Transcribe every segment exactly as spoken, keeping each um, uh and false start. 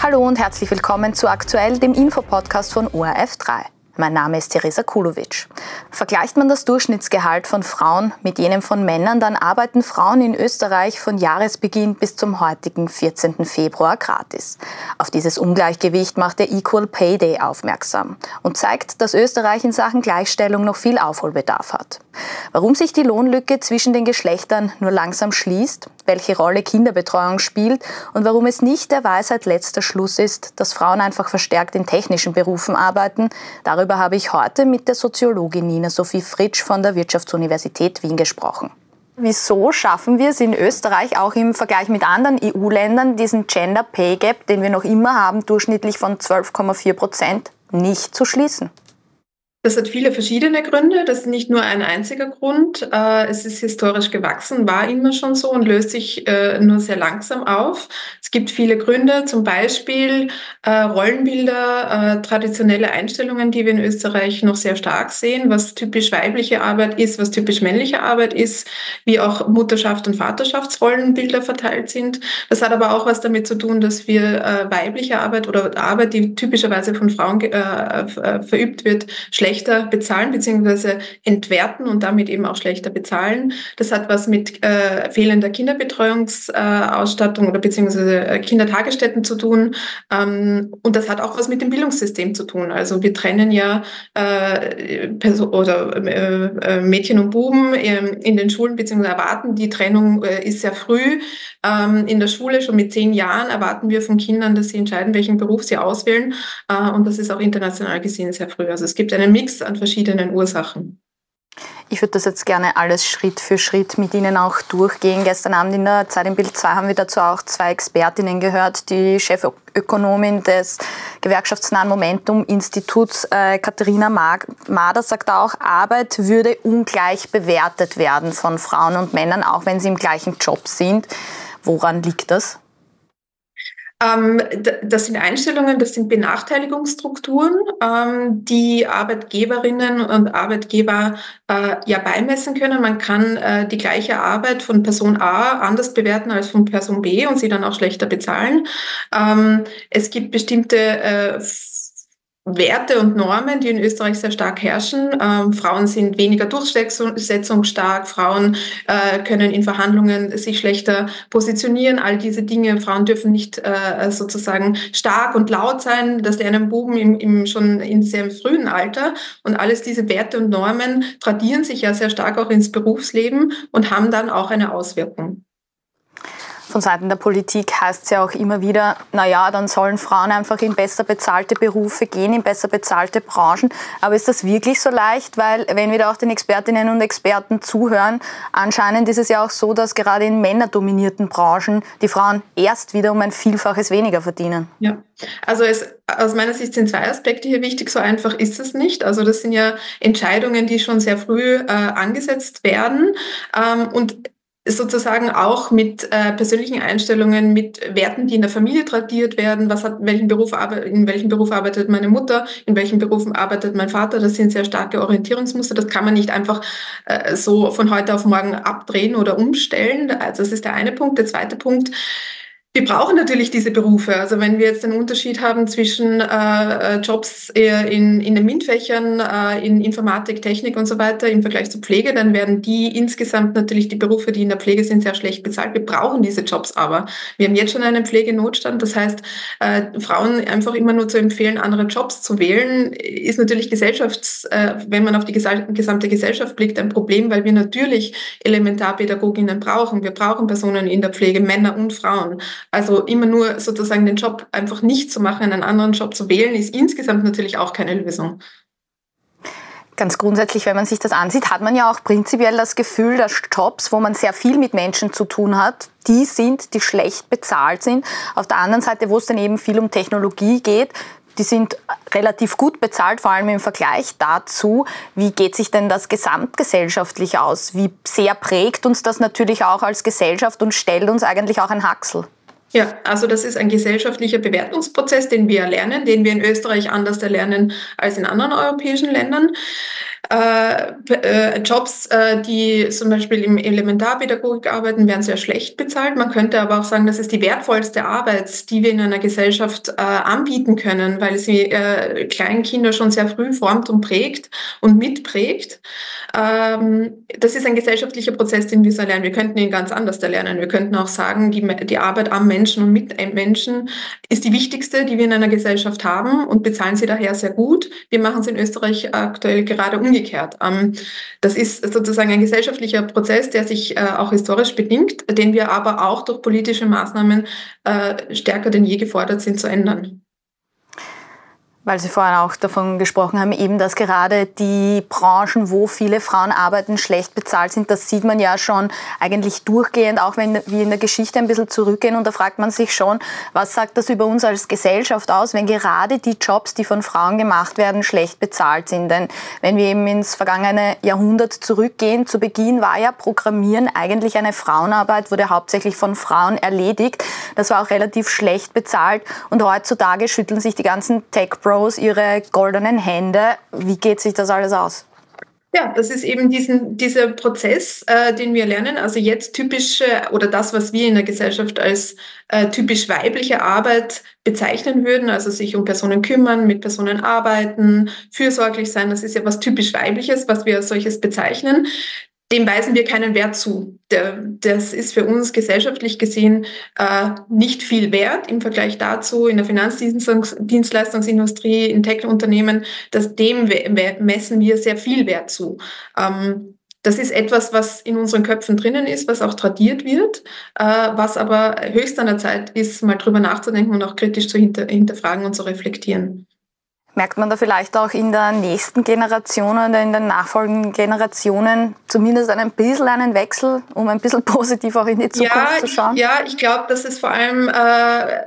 Hallo und herzlich willkommen zu Aktuell, dem Infopodcast von O R F drei. Mein Name ist Theresa Kulovic. Vergleicht man das Durchschnittsgehalt von Frauen mit jenem von Männern, dann arbeiten Frauen in Österreich von Jahresbeginn bis zum heutigen vierzehnten Februar gratis. Auf dieses Ungleichgewicht macht der Equal Pay Day aufmerksam und zeigt, dass Österreich in Sachen Gleichstellung noch viel Aufholbedarf hat. Warum sich die Lohnlücke zwischen den Geschlechtern nur langsam schließt, welche Rolle Kinderbetreuung spielt und warum es nicht der Weisheit letzter Schluss ist, dass Frauen einfach verstärkt in technischen Berufen arbeiten, darüber habe ich heute mit der Soziologin Nina Sophie Fritsch von der Wirtschaftsuniversität Wien gesprochen. Wieso schaffen wir es in Österreich auch im Vergleich mit anderen E U-Ländern, diesen Gender Pay Gap, den wir noch immer haben, durchschnittlich von zwölf Komma vier Prozent, nicht zu schließen? Das hat viele verschiedene Gründe. Das ist nicht nur ein einziger Grund. Es ist historisch gewachsen, war immer schon so und löst sich nur sehr langsam auf. Es gibt viele Gründe, zum Beispiel Rollenbilder, traditionelle Einstellungen, die wir in Österreich noch sehr stark sehen, was typisch weibliche Arbeit ist, was typisch männliche Arbeit ist, wie auch Mutterschaft und Vaterschaftsrollenbilder verteilt sind. Das hat aber auch was damit zu tun, dass wir weibliche Arbeit oder Arbeit, die typischerweise von Frauen verübt wird, schlecht schlechter bezahlen bzw. entwerten und damit eben auch schlechter bezahlen. Das hat was mit äh, fehlender Kinderbetreuungsausstattung äh, oder beziehungsweise Kindertagesstätten zu tun. Ähm, und das hat auch was mit dem Bildungssystem zu tun. Also wir trennen ja äh, Perso- oder äh, Mädchen und Buben äh, in den Schulen beziehungsweise erwarten. Die Trennung äh, ist sehr früh. Ähm, in der Schule schon mit zehn Jahren erwarten wir von Kindern, dass sie entscheiden, welchen Beruf sie auswählen. Äh, und das ist auch international gesehen sehr früh. Also es gibt einen Mix an verschiedenen Ursachen. Ich würde das jetzt gerne alles Schritt für Schritt mit Ihnen auch durchgehen. Gestern Abend in der Zeit im Bild zwei haben wir dazu auch zwei Expertinnen gehört. Die Chefökonomin des gewerkschaftsnahen Momentum-Instituts, äh, Katharina Mader, sagt auch, Arbeit würde ungleich bewertet werden von Frauen und Männern, auch wenn sie im gleichen Job sind. Woran liegt das? Das sind Einstellungen, das sind Benachteiligungsstrukturen, die Arbeitgeberinnen und Arbeitgeber ja beimessen können. Man kann die gleiche Arbeit von Person A anders bewerten als von Person B und sie dann auch schlechter bezahlen. Es gibt bestimmte Werte und Normen, die in Österreich sehr stark herrschen. Ähm, Frauen sind weniger durchsetzungsstark, Frauen äh, können in Verhandlungen sich schlechter positionieren, all diese Dinge. Frauen dürfen nicht äh, sozusagen stark und laut sein, das lernen Buben im, im, schon in sehr frühen Alter. Und alles diese Werte und Normen tradieren sich ja sehr stark auch ins Berufsleben und haben dann auch eine Auswirkung. Von Seiten der Politik heißt es ja auch immer wieder, naja, dann sollen Frauen einfach in besser bezahlte Berufe gehen, in besser bezahlte Branchen. Aber ist das wirklich so leicht? Weil, wenn wir da auch den Expertinnen und Experten zuhören, anscheinend ist es ja auch so, dass gerade in männerdominierten Branchen die Frauen erst wieder um ein Vielfaches weniger verdienen. Ja, also es, aus meiner Sicht sind zwei Aspekte hier wichtig. So einfach ist es nicht. Also das sind ja Entscheidungen, die schon sehr früh äh, angesetzt werden. Ähm, und sozusagen auch mit äh, persönlichen Einstellungen, mit Werten, die in der Familie tradiert werden. Was hat, welchen Beruf, in welchem Beruf arbeitet meine Mutter, in welchen Berufen arbeitet mein Vater? Das sind sehr starke Orientierungsmuster. Das kann man nicht einfach äh, so von heute auf morgen abdrehen oder umstellen. Also das ist der eine Punkt. Der zweite Punkt: Wir brauchen natürlich diese Berufe. Also wenn wir jetzt den Unterschied haben zwischen äh, Jobs in, in den MINT-Fächern, äh, in Informatik, Technik und so weiter im Vergleich zur Pflege, dann werden die insgesamt natürlich, die Berufe, die in der Pflege sind, sehr schlecht bezahlt. Wir brauchen diese Jobs aber. Wir haben jetzt schon einen Pflegenotstand. Das heißt, äh, Frauen einfach immer nur zu empfehlen, andere Jobs zu wählen, ist natürlich gesellschafts-, äh, wenn man auf die gesal- gesamte Gesellschaft blickt, ein Problem, weil wir natürlich Elementarpädagoginnen brauchen. Wir brauchen Personen in der Pflege, Männer und Frauen. Also immer nur sozusagen den Job einfach nicht zu machen, einen anderen Job zu wählen, ist insgesamt natürlich auch keine Lösung. Ganz grundsätzlich, wenn man sich das ansieht, hat man ja auch prinzipiell das Gefühl, dass Jobs, wo man sehr viel mit Menschen zu tun hat, die sind, die schlecht bezahlt sind. Auf der anderen Seite, wo es dann eben viel um Technologie geht, die sind relativ gut bezahlt, vor allem im Vergleich dazu. Wie geht sich denn das gesamtgesellschaftlich aus? Wie sehr prägt uns das natürlich auch als Gesellschaft und stellt uns eigentlich auch ein Hacksel? Ja, also das ist ein gesellschaftlicher Bewertungsprozess, den wir lernen, den wir in Österreich anders erlernen als in anderen europäischen Ländern. Äh, äh, Jobs, äh, die zum Beispiel im Elementarpädagogik arbeiten, werden sehr schlecht bezahlt. Man könnte aber auch sagen, das ist die wertvollste Arbeit, die wir in einer Gesellschaft äh, anbieten können, weil sie äh, Kleinkinder schon sehr früh formt und prägt und mitprägt. Ähm, das ist ein gesellschaftlicher Prozess, den wir so lernen. Wir könnten ihn ganz anders erlernen. Wir könnten auch sagen, die, die Arbeit am Menschen und mit Menschen ist die wichtigste, die wir in einer Gesellschaft haben und bezahlen sie daher sehr gut. Wir machen es in Österreich aktuell gerade umgekehrt. Ähm, das ist sozusagen ein gesellschaftlicher Prozess, der sich äh, auch historisch bedingt, den wir aber auch durch politische Maßnahmen äh, stärker denn je gefordert sind zu ändern. Weil Sie vorhin auch davon gesprochen haben, eben, dass gerade die Branchen, wo viele Frauen arbeiten, schlecht bezahlt sind. Das sieht man ja schon eigentlich durchgehend, auch wenn wir in der Geschichte ein bisschen zurückgehen. Und da fragt man sich schon, was sagt das über uns als Gesellschaft aus, wenn gerade die Jobs, die von Frauen gemacht werden, schlecht bezahlt sind. Denn wenn wir eben ins vergangene Jahrhundert zurückgehen, zu Beginn war ja Programmieren eigentlich eine Frauenarbeit, wurde hauptsächlich von Frauen erledigt. Das war auch relativ schlecht bezahlt. Und heutzutage schütteln sich die ganzen Tech-Pros ihre goldenen Hände. Wie geht sich das alles aus? Ja, das ist eben diesen, dieser Prozess, äh, den wir lernen. Also jetzt typische oder das, was wir in der Gesellschaft als äh, typisch weibliche Arbeit bezeichnen würden, also sich um Personen kümmern, mit Personen arbeiten, fürsorglich sein, das ist ja was typisch Weibliches, was wir als solches bezeichnen. Dem weisen wir keinen Wert zu. Der, das ist für uns gesellschaftlich gesehen äh, nicht viel wert im Vergleich dazu in der Finanzdienstleistungsindustrie, in Tech-Unternehmen. Das, dem messen wir sehr viel Wert zu. Ähm, das ist etwas, was in unseren Köpfen drinnen ist, was auch tradiert wird, äh, was aber höchst an der Zeit ist, mal drüber nachzudenken und auch kritisch zu hinter, hinterfragen und zu reflektieren. Merkt man da vielleicht auch in der nächsten Generation oder in den nachfolgenden Generationen zumindest ein bisschen einen Wechsel, um ein bisschen positiv auch in die Zukunft ja, zu schauen? Ja, ich glaube, dass es vor allem äh,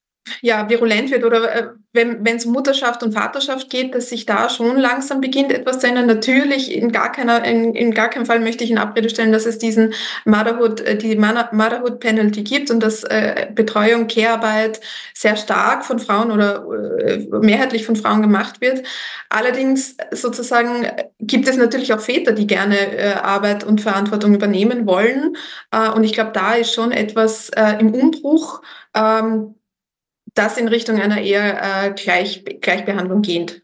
ja, virulent wird oder äh, wenn es um Mutterschaft und Vaterschaft geht, dass sich da schon langsam beginnt, etwas zu ändern. Natürlich, in gar keiner, in, in gar keinem Fall möchte ich in Abrede stellen, dass es diesen Motherhood, äh, die Motherhood Penalty gibt und dass äh, Betreuung, Care-Arbeit sehr stark von Frauen oder äh, mehrheitlich von Frauen gemacht wird. Allerdings sozusagen gibt es natürlich auch Väter, die gerne äh, Arbeit und Verantwortung übernehmen wollen. Äh, und ich glaube, da ist schon etwas äh, im Umbruch, ähm, das in Richtung einer eher äh, Gleich, Gleichbehandlung geht.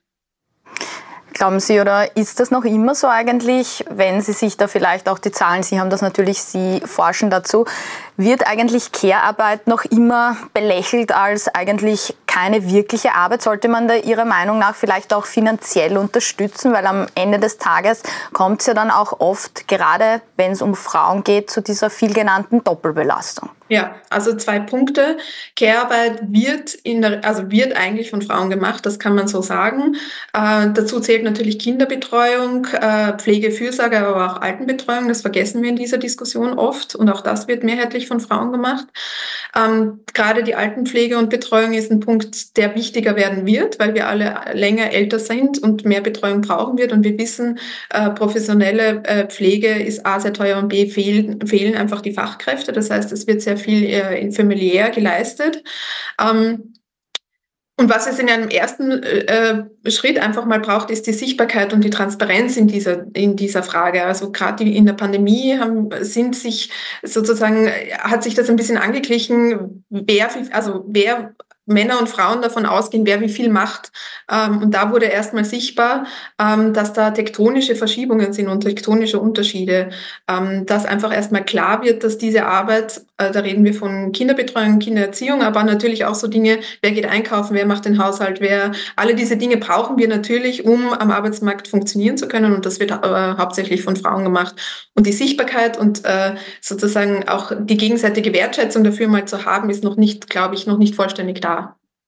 Glauben Sie, oder ist das noch immer so eigentlich, wenn Sie sich da vielleicht auch die Zahlen, Sie haben das natürlich, Sie forschen dazu, wird eigentlich Care-Arbeit noch immer belächelt als eigentlich keine wirkliche Arbeit? Sollte man da Ihrer Meinung nach vielleicht auch finanziell unterstützen? Weil am Ende des Tages kommt es ja dann auch oft, gerade wenn es um Frauen geht, zu dieser viel genannten Doppelbelastung. Ja, also zwei Punkte. Care-Arbeit wird, in der, also wird eigentlich von Frauen gemacht, das kann man so sagen. Äh, dazu zählt natürlich Kinderbetreuung, äh, Pflege, Fürsorge, aber auch Altenbetreuung. Das vergessen wir in dieser Diskussion oft und auch das wird mehrheitlich von Frauen gemacht. Ähm, gerade die Altenpflege und Betreuung ist ein Punkt, der wichtiger werden wird, weil wir alle länger älter sind und mehr Betreuung brauchen wird. Und wir wissen, äh, professionelle äh, Pflege ist A, sehr teuer und B, fehlen, fehlen einfach die Fachkräfte. Das heißt, es wird sehr viel äh, familiär geleistet. Ähm, Und was es in einem ersten äh, Schritt einfach mal braucht, ist die Sichtbarkeit und die Transparenz in dieser, in dieser Frage. Also gerade in der Pandemie haben, sind sich sozusagen, hat sich das ein bisschen angeglichen, wer, also wer Männer und Frauen davon ausgehen, wer wie viel macht. Ähm, und da wurde erstmal sichtbar, ähm, dass da tektonische Verschiebungen sind und tektonische Unterschiede. Ähm, dass einfach erstmal klar wird, dass diese Arbeit, äh, da reden wir von Kinderbetreuung, Kindererziehung, aber natürlich auch so Dinge, wer geht einkaufen, wer macht den Haushalt, wer, alle diese Dinge brauchen wir natürlich, um am Arbeitsmarkt funktionieren zu können. Und das wird äh, hauptsächlich von Frauen gemacht. Und die Sichtbarkeit und äh, sozusagen auch die gegenseitige Wertschätzung dafür mal zu haben, ist noch nicht, glaube ich, noch nicht vollständig da.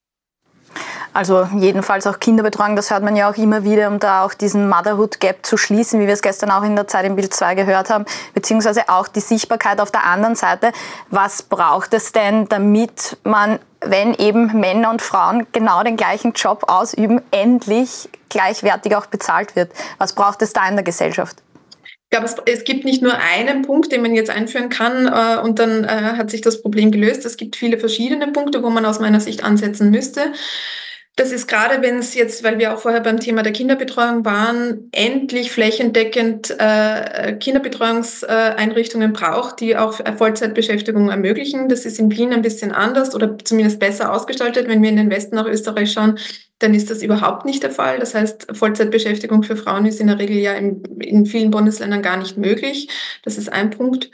Also jedenfalls auch Kinderbetreuung, das hört man ja auch immer wieder, um da auch diesen Motherhood Gap zu schließen, wie wir es gestern auch in der Zeit im Bild zwei gehört haben, beziehungsweise auch die Sichtbarkeit auf der anderen Seite. Was braucht es denn, damit man, wenn eben Männer und Frauen genau den gleichen Job ausüben, endlich gleichwertig auch bezahlt wird? Was braucht es da in der Gesellschaft? Ich glaube, es, es gibt nicht nur einen Punkt, den man jetzt einführen kann äh, und dann äh, hat sich das Problem gelöst. Es gibt viele verschiedene Punkte, wo man aus meiner Sicht ansetzen müsste. Das ist gerade, wenn es jetzt, weil wir auch vorher beim Thema der Kinderbetreuung waren, endlich flächendeckend äh, Kinderbetreuungseinrichtungen braucht, die auch Vollzeitbeschäftigung ermöglichen. Das ist in Wien ein bisschen anders oder zumindest besser ausgestaltet. Wenn wir in den Westen nach Österreich schauen, dann ist das überhaupt nicht der Fall. Das heißt, Vollzeitbeschäftigung für Frauen ist in der Regel ja in, in vielen Bundesländern gar nicht möglich. Das ist ein Punkt.